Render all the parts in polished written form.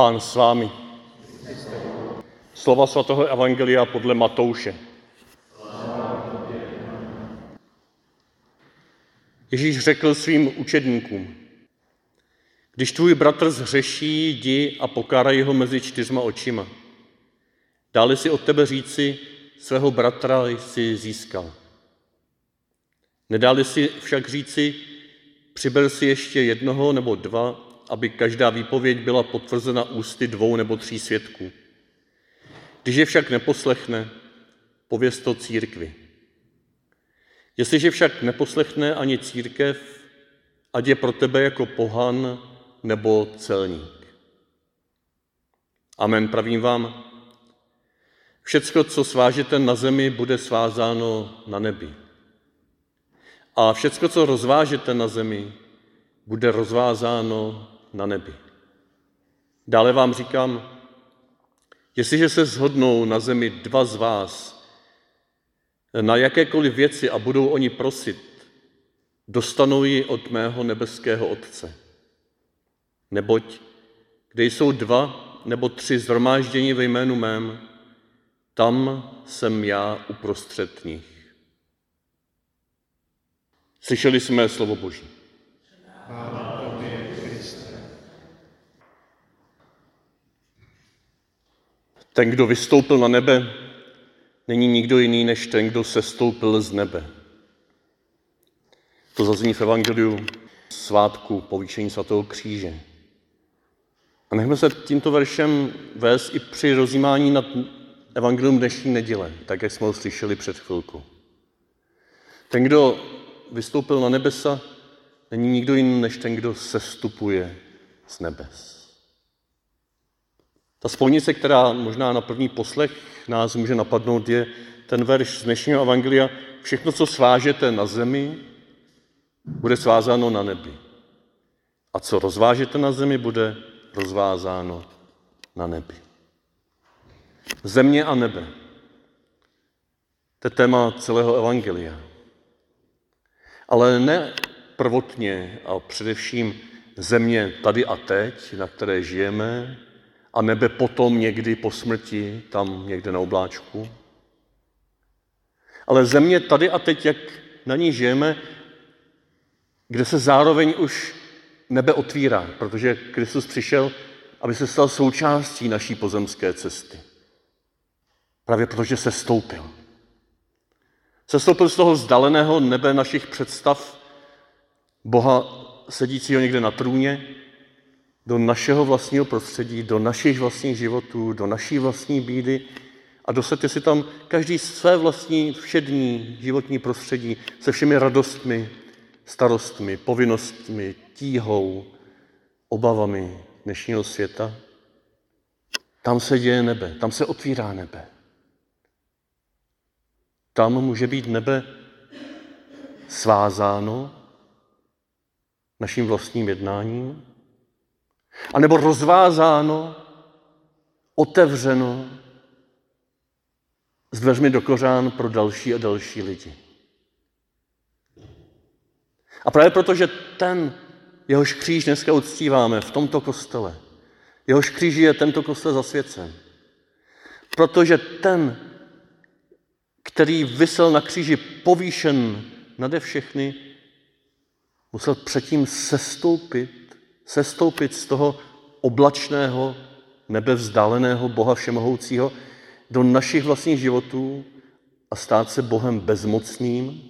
Pán s vámi. Slova svatého evangelia podle Matouše. Ježíš řekl svým učedníkům: Když tvůj bratr zhřeší, jdi a pokárej ho mezi 4 očima. Dáli si od tebe říci, svého bratra jsi získal. Nedáli si však říci, přiber si ještě 1 nebo 2, aby každá výpověď byla potvrzena ústy 2 nebo 3 svědků. Když je však neposlechne, pověz to církvi. Jestliže však neposlechne ani církev, ať je pro tebe jako pohan nebo celník. Amen, pravím vám, všecko, co svážete na zemi, bude svázáno na nebi. A všecko, co rozvážete na zemi, bude rozvázáno na nebi. Dále vám říkám, jestliže se shodnou na zemi 2 z vás na jakékoliv věci a budou oni prosit, dostanou ji od mého nebeského Otce. Neboť, kde jsou 2 nebo 3 shromáždění ve jménu mém, tam jsem já uprostřed nich. Slyšeli jsme slovo Boží. Ten, kdo vystoupil na nebe, není nikdo jiný, než ten, kdo sestoupil z nebe. To zazní v evangeliu svátku povýšení svatého kříže. A nechme se tímto veršem vést i při rozjímání nad evangelium dnešní neděle, tak jak jsme ho slyšeli před chvilkou. Ten, kdo vystoupil na nebesa, není nikdo jiný, než ten, kdo sestupuje z nebes. Ta spojnice, která možná na první poslech nás může napadnout, je ten verš z dnešního evangelia: všechno, co svážete na zemi, bude svázáno na nebi. A co rozvážete na zemi, bude rozvázáno na nebi. Země a nebe. To je téma celého evangelia. Ale ne prvotně a především země tady a teď, na které žijeme, a nebe potom někdy po smrti, tam někde na obláčku. Ale země tady a teď, jak na ní žijeme, kde se zároveň už nebe otvírá, protože Kristus přišel, aby se stal součástí naší pozemské cesty. Právě protože se stoupil. Sestoupil z toho vzdáleného nebe našich představ, Boha sedícího někde na trůně, do našeho vlastního prostředí, do našich vlastních životů, do naší vlastní bídy a dosaďte si tam každý své vlastní všední životní prostředí se všemi radostmi, starostmi, povinnostmi, tíhou, obavami dnešního světa. Tam se děje nebe, tam se otvírá nebe. Tam může být nebe svázáno naším vlastním jednáním, anebo rozvázáno, otevřeno s dveřmi do kořán pro další a další lidi. A právě proto, že ten, jehož kříž dneska uctíváme v tomto kostele, jehož kříž je tento kostel zasvěcen, protože ten, který visel na kříži povýšen nade všechny, musel předtím sestoupit z toho oblačného, nebevzdáleného Boha všemohoucího do našich vlastních životů a stát se Bohem bezmocným.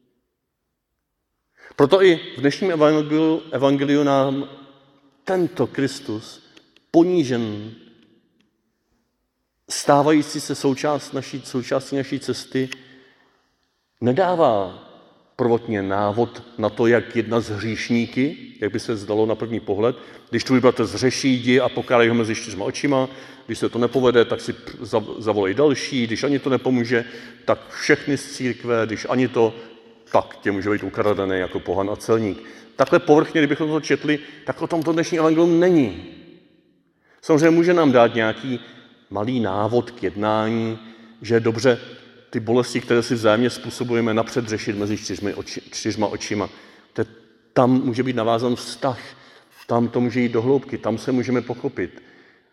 Proto i v dnešním evangeliu nám tento Kristus, ponížen, stávající se součástí naší cesty, nedává prvotně návod na to, jak jednat s hříšníky, jak by se zdalo na první pohled. Když tvůj bratr zhřeší, jdi a pokárej ho mezi 4 očima. Když se to nepovede, tak si zavolej další. Když ani to nepomůže, tak všechny z církve. Když ani to, tak tě může být ukradený jako pohan a celník. Takhle povrchně, kdybychom to četli, tak o tomto dnešní evangelium není. Samozřejmě může nám dát nějaký malý návod k jednání, že je dobře ty bolesti, které si vzájemně způsobujeme, napřed řešit mezi 4 očima. Tam může být navázan vztah, tam to může jít do hloubky, tam se můžeme pochopit.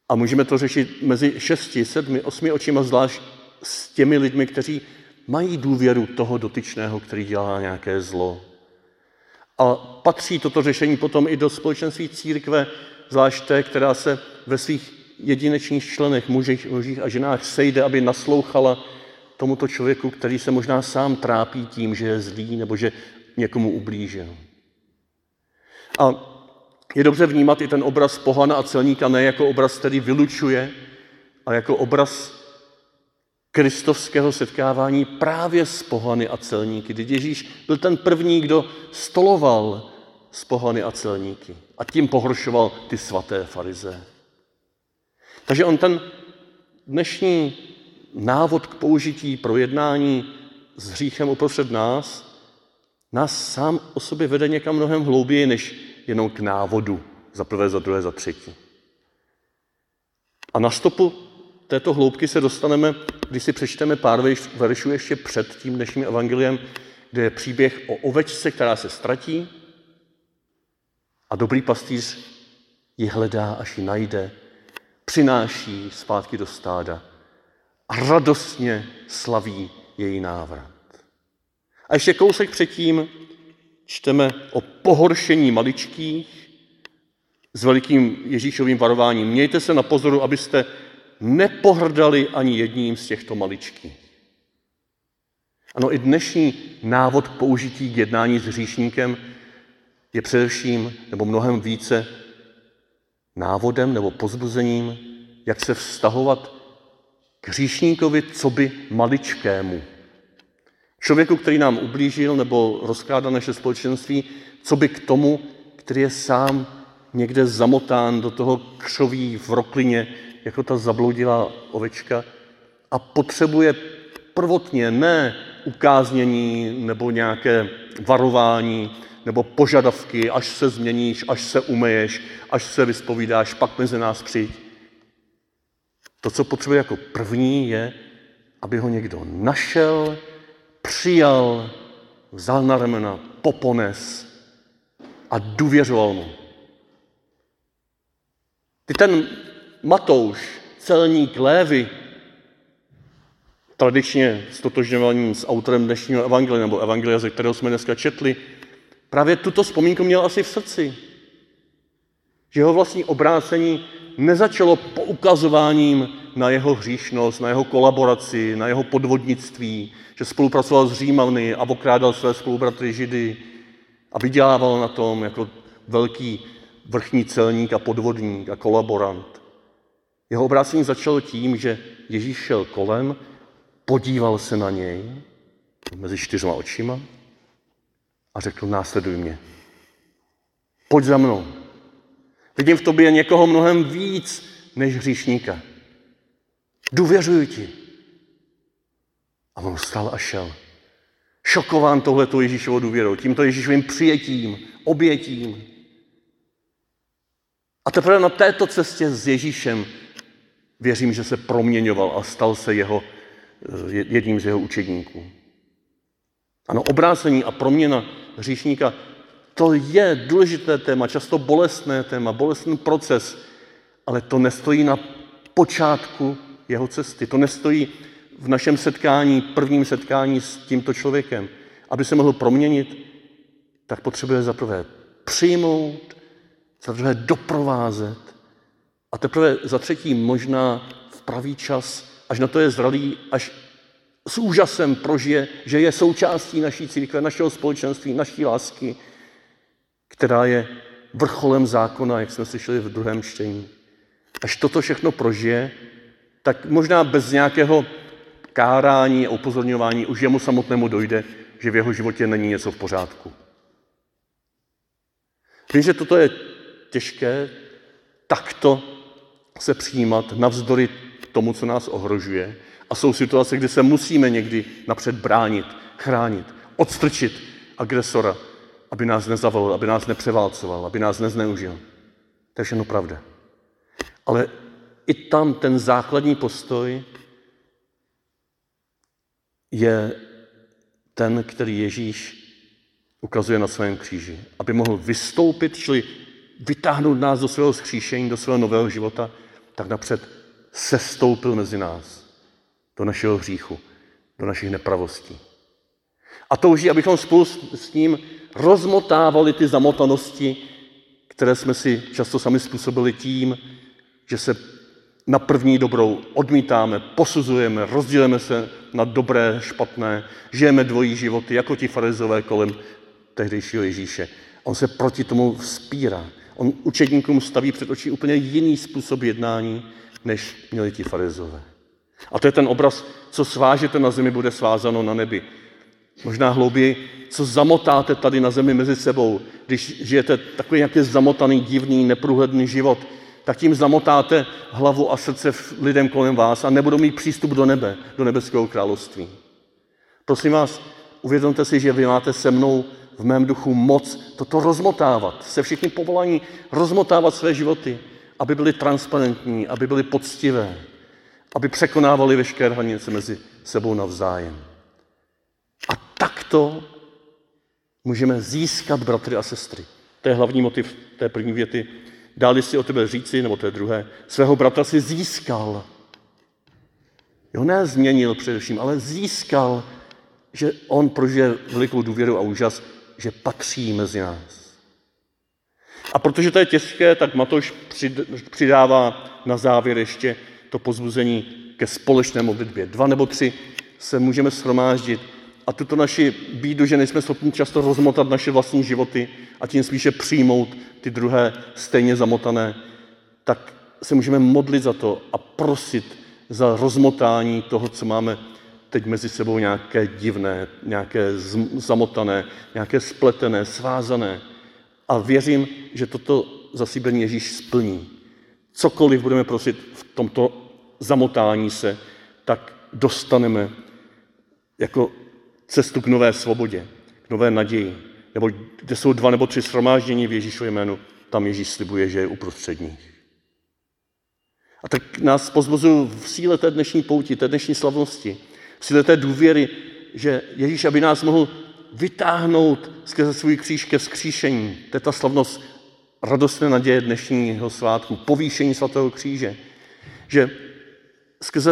A můžeme to řešit mezi 6, 7, 8 očima, zvlášť s těmi lidmi, kteří mají důvěru toho dotyčného, který dělá nějaké zlo. A patří toto řešení potom i do společenství církve, zvlášť té, která se ve svých jedinečných členech, mužích a ženách sejde, aby naslouchala tomuto člověku, který se možná sám trápí tím, že je zlý nebo že někomu ublížil. A je dobře vnímat i ten obraz pohana a celníka ne jako obraz, který vylučuje, ale jako obraz kristovského setkávání právě s pohany a celníky. Kdy Ježíš byl ten první, kdo stoloval s pohany a celníky a tím pohoršoval ty svaté farizeje. Takže on ten dnešní návod k použití pro jednání s hříchem uprostřed nás sám o sobě vede někam mnohem hlouběji, než jenom k návodu za prvé, za druhé, za třetí. A na stopu této hloubky se dostaneme, když si přečteme pár veršů ještě před tím dnešním evangeliem, kde je příběh o ovečce, která se ztratí a dobrý pastýř ji hledá, až ji najde, přináší zpátky do stáda a radostně slaví její návrat. A ještě kousek předtím čteme o pohoršení maličkých s velikým Ježíšovým varováním. Mějte se na pozoru, abyste nepohrdali ani jedním z těchto maličkých. Ano, i dnešní návod k použití k jednání s hříšníkem je především, nebo mnohem více, návodem nebo povzbuzením, jak se vztahovat k hříšníkovi coby maličkému. Člověku, který nám ublížil nebo rozkrádá naše společenství, coby k tomu, který je sám někde zamotán do toho křoví v roklině, jako ta zabloudilá ovečka a potřebuje prvotně ne ukáznění nebo nějaké varování nebo požadavky, až se změníš, až se umyješ, až se vyspovídáš, pak mezi nás přijď. To, co potřebuje jako první, je, aby ho někdo našel, přijal, vzal na ramena, popones a důvěřoval mu. Ten Matouš, celník Lévy, tradičně ztotožňovaný s autorem dnešního evangelia, nebo evangelia, ze kterého jsme dneska četli, právě tuto vzpomínku měl asi v srdci. Že jeho vlastní obrácení nezačalo poukazováním na jeho hříšnost, na jeho kolaboraci, na jeho podvodnictví, že spolupracoval s Římany a okrádal své spolubratry Židy a vydělával na tom jako velký vrchní celník a podvodník a kolaborant. Jeho obrácení začalo tím, že Ježíš šel kolem, podíval se na něj mezi 4 očima a řekl: následuj mě. Pojď za mnou. Vidím v tobě někoho mnohem víc než hříšníka. Důvěřuji ti. A on vstal a šel. Šokován touhletou Ježíšovou důvěrou, tímto Ježíšovým přijetím, obětím. A teprve na této cestě s Ježíšem věřím, že se proměňoval a stal se jedním z jeho učedníků. Ano, obrácení a proměna hříšníka, to je důležité téma, často bolestné téma, bolestný proces, ale to nestojí na počátku jeho cesty. To nestojí v našem setkání, prvním setkání s tímto člověkem. Aby se mohl proměnit, tak potřebuje zaprvé přijmout, zaprvé doprovázet a teprve za třetí možná v pravý čas, až na to je zralý, až s úžasem prožije, že je součástí naší církve, našeho společenství, naší lásky, která je vrcholem zákona, jak jsme slyšeli v druhém čtení. Až toto všechno prožije, tak možná bez nějakého kárání a upozorňování už jemu samotnému dojde, že v jeho životě není něco v pořádku. Vím, že toto je těžké, takto se přijímat navzdory tomu, co nás ohrožuje. A jsou situace, kdy se musíme někdy napřed bránit, chránit, odstrčit agresora, aby nás nezavolil, aby nás nepřeválcoval, aby nás nezneužil. To je všechno pravda. Ale i tam ten základní postoj je ten, který Ježíš ukazuje na svém kříži. Aby mohl vystoupit, čili vytáhnout nás do svého zkříšení, do svého nového života tak napřed sestoupil mezi nás do našeho hříchu, do našich nepravostí. A touží, abychom spolu s ním rozmotávali ty zamotanosti, které jsme si často sami způsobili tím, že se na první dobrou odmítáme, posuzujeme, rozdělíme se na dobré, špatné, žijeme dvojí životy, jako ti farizové kolem tehdejšího Ježíše. On se proti tomu vzpírá. On učedníkům staví před oči úplně jiný způsob jednání, než měli ti farizové. A to je ten obraz, co svážete na zemi, bude svázáno na nebi. Možná hlouběji, co zamotáte tady na zemi mezi sebou, když žijete takový nějaký zamotaný, divný, neprůhledný život, tak tím zamotáte hlavu a srdce lidem kolem vás a nebudou mít přístup do nebe, do nebeského království. Prosím vás, uvědomte si, že vy máte se mnou v mém duchu moc toto rozmotávat, se všichni povolaní rozmotávat své životy, aby byly transparentní, aby byly poctivé, aby překonávali veškeré hranice mezi sebou navzájem. A takto můžeme získat bratry a sestry. To je hlavní motiv té první věty. Dá-li si o tebe říci, nebo té druhé, svého bratra si získal. Jo, ne změnil především, ale získal, že on prožije velikou důvěru a úžas, že patří mezi nás. A protože to je těžké, tak Matouš přidává na závěr ještě to povzbuzení ke společné modlitbě. 2 nebo 3 se můžeme shromáždit a tuto naši bídu, že nejsme schopni často rozmotat naše vlastní životy a tím spíše přijmout ty druhé stejně zamotané, tak se můžeme modlit za to a prosit za rozmotání toho, co máme teď mezi sebou nějaké divné, nějaké zamotané, nějaké spletené, svázané. A věřím, že toto zaslíbení Ježíš splní. Cokoliv budeme prosit v tomto zamotání se, tak dostaneme jako cestu k nové svobodě, k nové naději. Nebo kde jsou 2 nebo 3 shromáždění v Ježíšově jménu, tam Ježíš slibuje, že je uprostřed nich. A tak nás povzbuzuji v síle té dnešní pouti, té dnešní slavnosti, v síle té důvěry, že Ježíš, aby nás mohl vytáhnout skrze svůj kříž ke vzkříšení. To je ta slavnost radostné naděje dnešního svátku, povýšení svatého kříže. Že skrze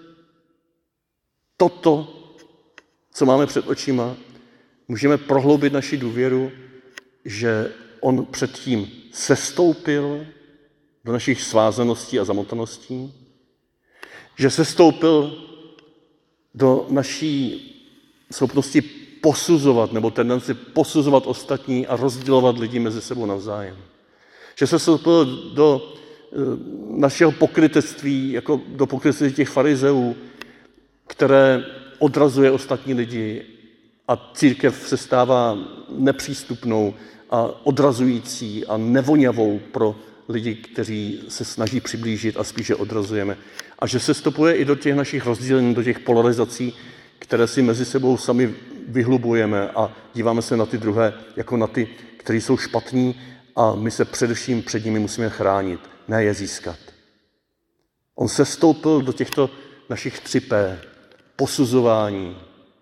toto, co máme před očima, můžeme prohloubit naši důvěru, že on předtím sestoupil do našich svázaností a zamotaností, že sestoupil do naší schopnosti posuzovat nebo tendenci posuzovat ostatní a rozdělovat lidi mezi sebou navzájem. Že se sestoupil do našeho pokrytectví, jako do pokrytectví těch farizeů, které odrazuje ostatní lidi a církev se stává nepřístupnou a odrazující a nevoňavou pro lidi, kteří se snaží přiblížit a spíše odrazujeme. A že se stopuje i do těch našich rozdělení, do těch polarizací, které si mezi sebou sami vyhlubujeme a díváme se na ty druhé jako na ty, kteří jsou špatní a my se především před nimi musíme chránit, ne je získat. On se stoupil do těchto našich 3P, posuzování,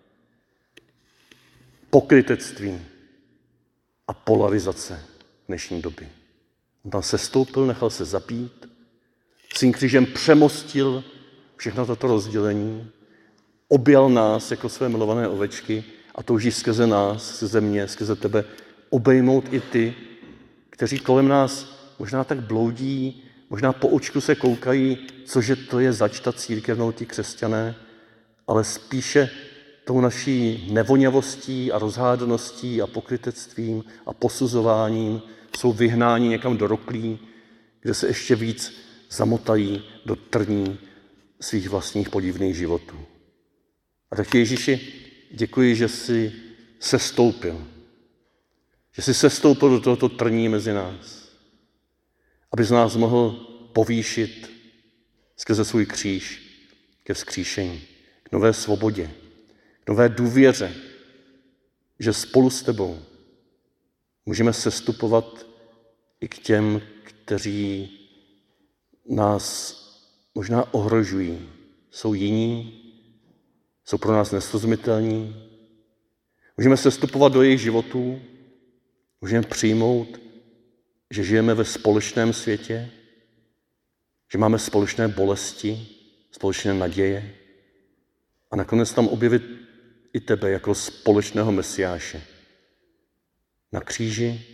pokrytectví a polarizace dnešní doby. On tam sestoupil, nechal se zabít, svým křížem přemostil všechno toto rozdělení, objal nás jako své milované ovečky a touží skrze nás, skrze mě, skrze tebe obejmout i ty, kteří kolem nás možná tak bloudí, možná po očku se koukají, cože to je zač ta církevnou, ti křesťané, ale spíše tou naší nevoňavostí a rozhádaností a pokrytectvím a posuzováním jsou vyhnáni někam do roklí, kde se ještě víc zamotají do trní svých vlastních podivných životů. A tak Ježíši, děkuji, že jsi sestoupil. Že jsi sestoupil do tohoto trní mezi nás. Aby z nás mohl povýšit skrze svůj kříž ke vzkříšení, k nové svobodě, k nové důvěře, že spolu s tebou můžeme sestupovat i k těm, kteří nás možná ohrožují. Jsou jiní, jsou pro nás nesrozumitelní. Můžeme sestupovat do jejich životů, můžeme přijmout, že žijeme ve společném světě, že máme společné bolesti, společné naděje a nakonec tam objevit i tebe jako společného Mesiáše. Na kříži,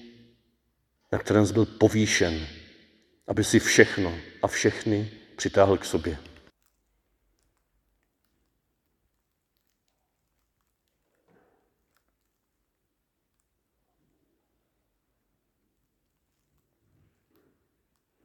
na kterém jsi byl povýšen, aby si všechno a všechny přitáhl k sobě.